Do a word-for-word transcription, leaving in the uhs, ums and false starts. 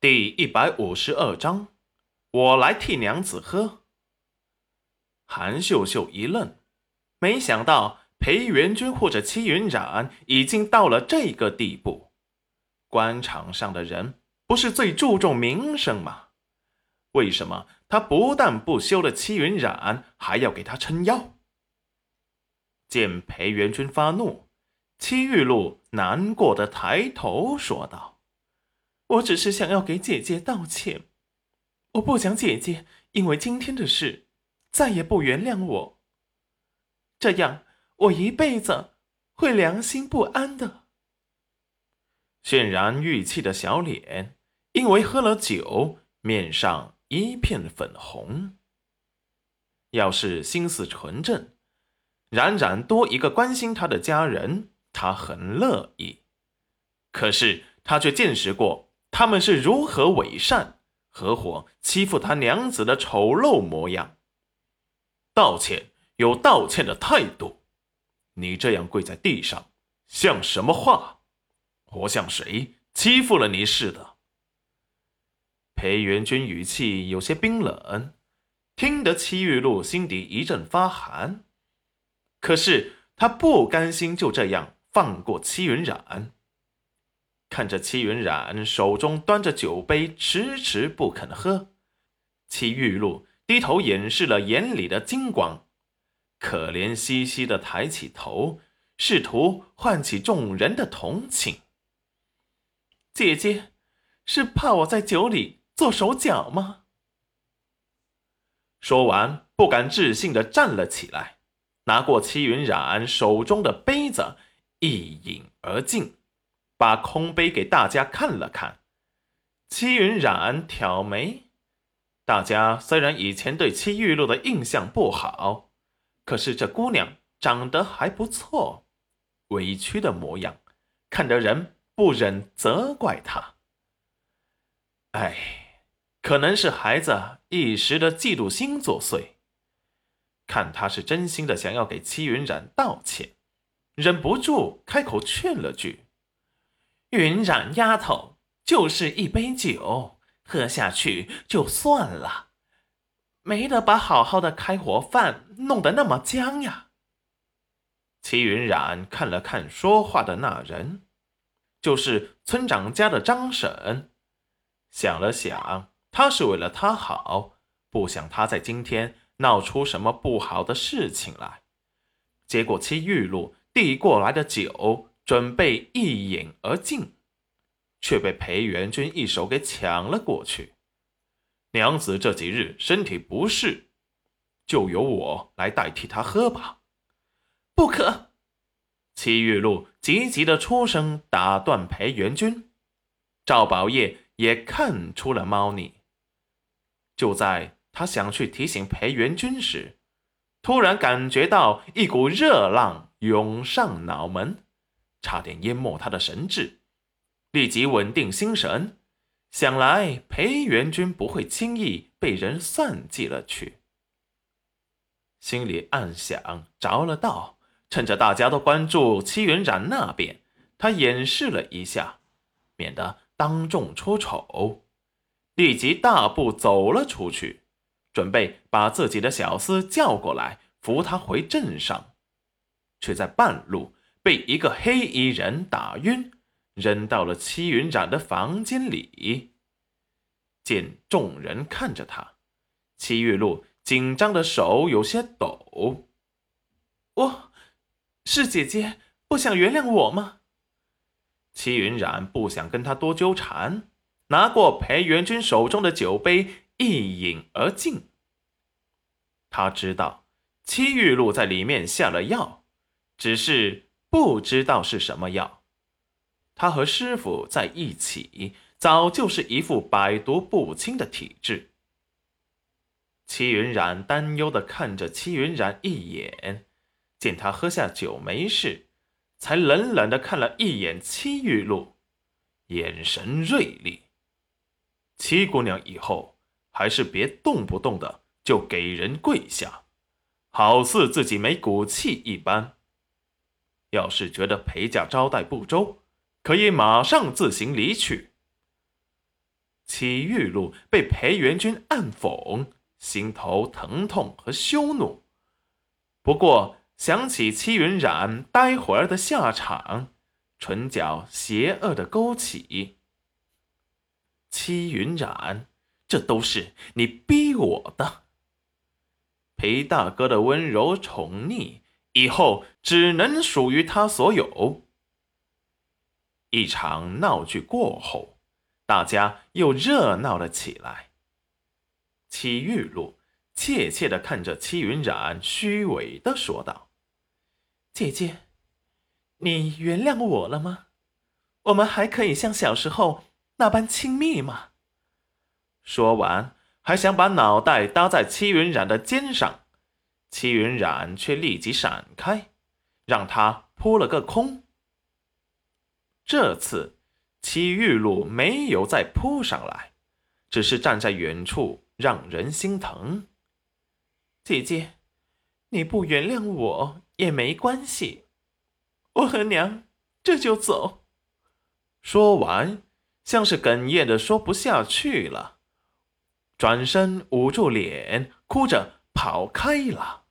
第一百五十二章，我来替娘子喝。韩秀秀一愣，没想到裴元君或者戚云染已经到了这个地步。官场上的人不是最注重名声吗？为什么他不但不休了戚云染，还要给他撑腰？见裴元君发怒，戚玉露难过的抬头说道：我只是想要给姐姐道歉，我不想姐姐因为今天的事再也不原谅我，这样我一辈子会良心不安的。渲然欲泣的小脸因为喝了酒，面上一片粉红。要是心思纯正，冉冉多一个关心他的家人，他很乐意。可是他却见识过他们是如何伪善，合伙欺负他娘子的丑陋模样。道歉有道歉的态度，你这样跪在地上，像什么话？活像谁欺负了你似的。裴元君语气有些冰冷，听得戚玉露心底一阵发寒。可是他不甘心就这样放过戚云染。看着戚云染手中端着酒杯迟迟不肯喝，戚玉露低头掩饰了眼里的金光，可怜兮兮地抬起头，试图唤起众人的同情。姐姐，是怕我在酒里做手脚吗？说完，不敢置信地站了起来，拿过戚云染手中的杯子，一饮而尽，把空杯给大家看了看。戚云染挑眉，大家虽然以前对戚玉露的印象不好，可是这姑娘长得还不错，委屈的模样，看得人不忍责怪她。哎，可能是孩子一时的嫉妒心作祟。看他是真心的想要给戚云染道歉，忍不住开口劝了句：云染丫头，就是一杯酒，喝下去就算了，没得把好好的开火饭弄得那么僵呀。戚云染看了看说话的那人，就是村长家的张婶，想了想，他是为了他好，不想他在今天闹出什么不好的事情来。接过戚玉露递过来的酒，准备一饮而尽，却被裴元君一手给抢了过去。娘子这几日身体不适，就由我来代替她喝吧。不可！戚玉露急急的出声打断裴元君。赵宝业也看出了猫腻，就在他想去提醒裴元君时，突然感觉到一股热浪涌上脑门，差点淹没他的神智。立即稳定心神，想来裴元君不会轻易被人算计了去。心里暗想着了道，趁着大家都关注戚云染那边，他掩饰了一下，免得当众出丑。立即大步走了出去，准备把自己的小厮叫过来扶他回镇上，却在半路被一个黑衣人打晕，扔到了戚云染的房间里。见众人看着他，戚玉露紧张的手有些抖。我是姐姐不想原谅我吗？戚云染不想跟他多纠缠，拿过裴元君手中的酒杯一饮而尽。他知道戚玉露在里面下了药，只是不知道是什么药。他和师傅在一起，早就是一副百毒不侵的体质。戚云染担忧地看着戚云染一眼，见他喝下酒没事，才冷冷地看了一眼戚玉露，眼神锐利。戚姑娘以后还是别动不动的就给人跪下，好似自己没骨气一般。要是觉得裴家招待不周，可以马上自行离去。 戚玉露被裴元君暗讽，心头疼痛和羞怒。不过想起戚云染待会儿的下场，唇角邪恶的勾起。戚云染，这都是你逼我的。裴大哥的温柔宠溺，以后只能属于他所有。一场闹剧过后，大家又热闹了起来。戚玉露怯怯地看着戚云染，虚伪地说道：“姐姐，你原谅我了吗？我们还可以像小时候那般亲密吗？”说完，还想把脑袋搭在戚云染的肩上，戚云染却立即闪开，让他扑了个空。这次戚玉露没有再扑上来，只是站在远处，让人心疼。姐姐，你不原谅我也没关系，我和娘这就走。说完，像是哽咽的说不下去了，转身捂住脸，哭着跑开了。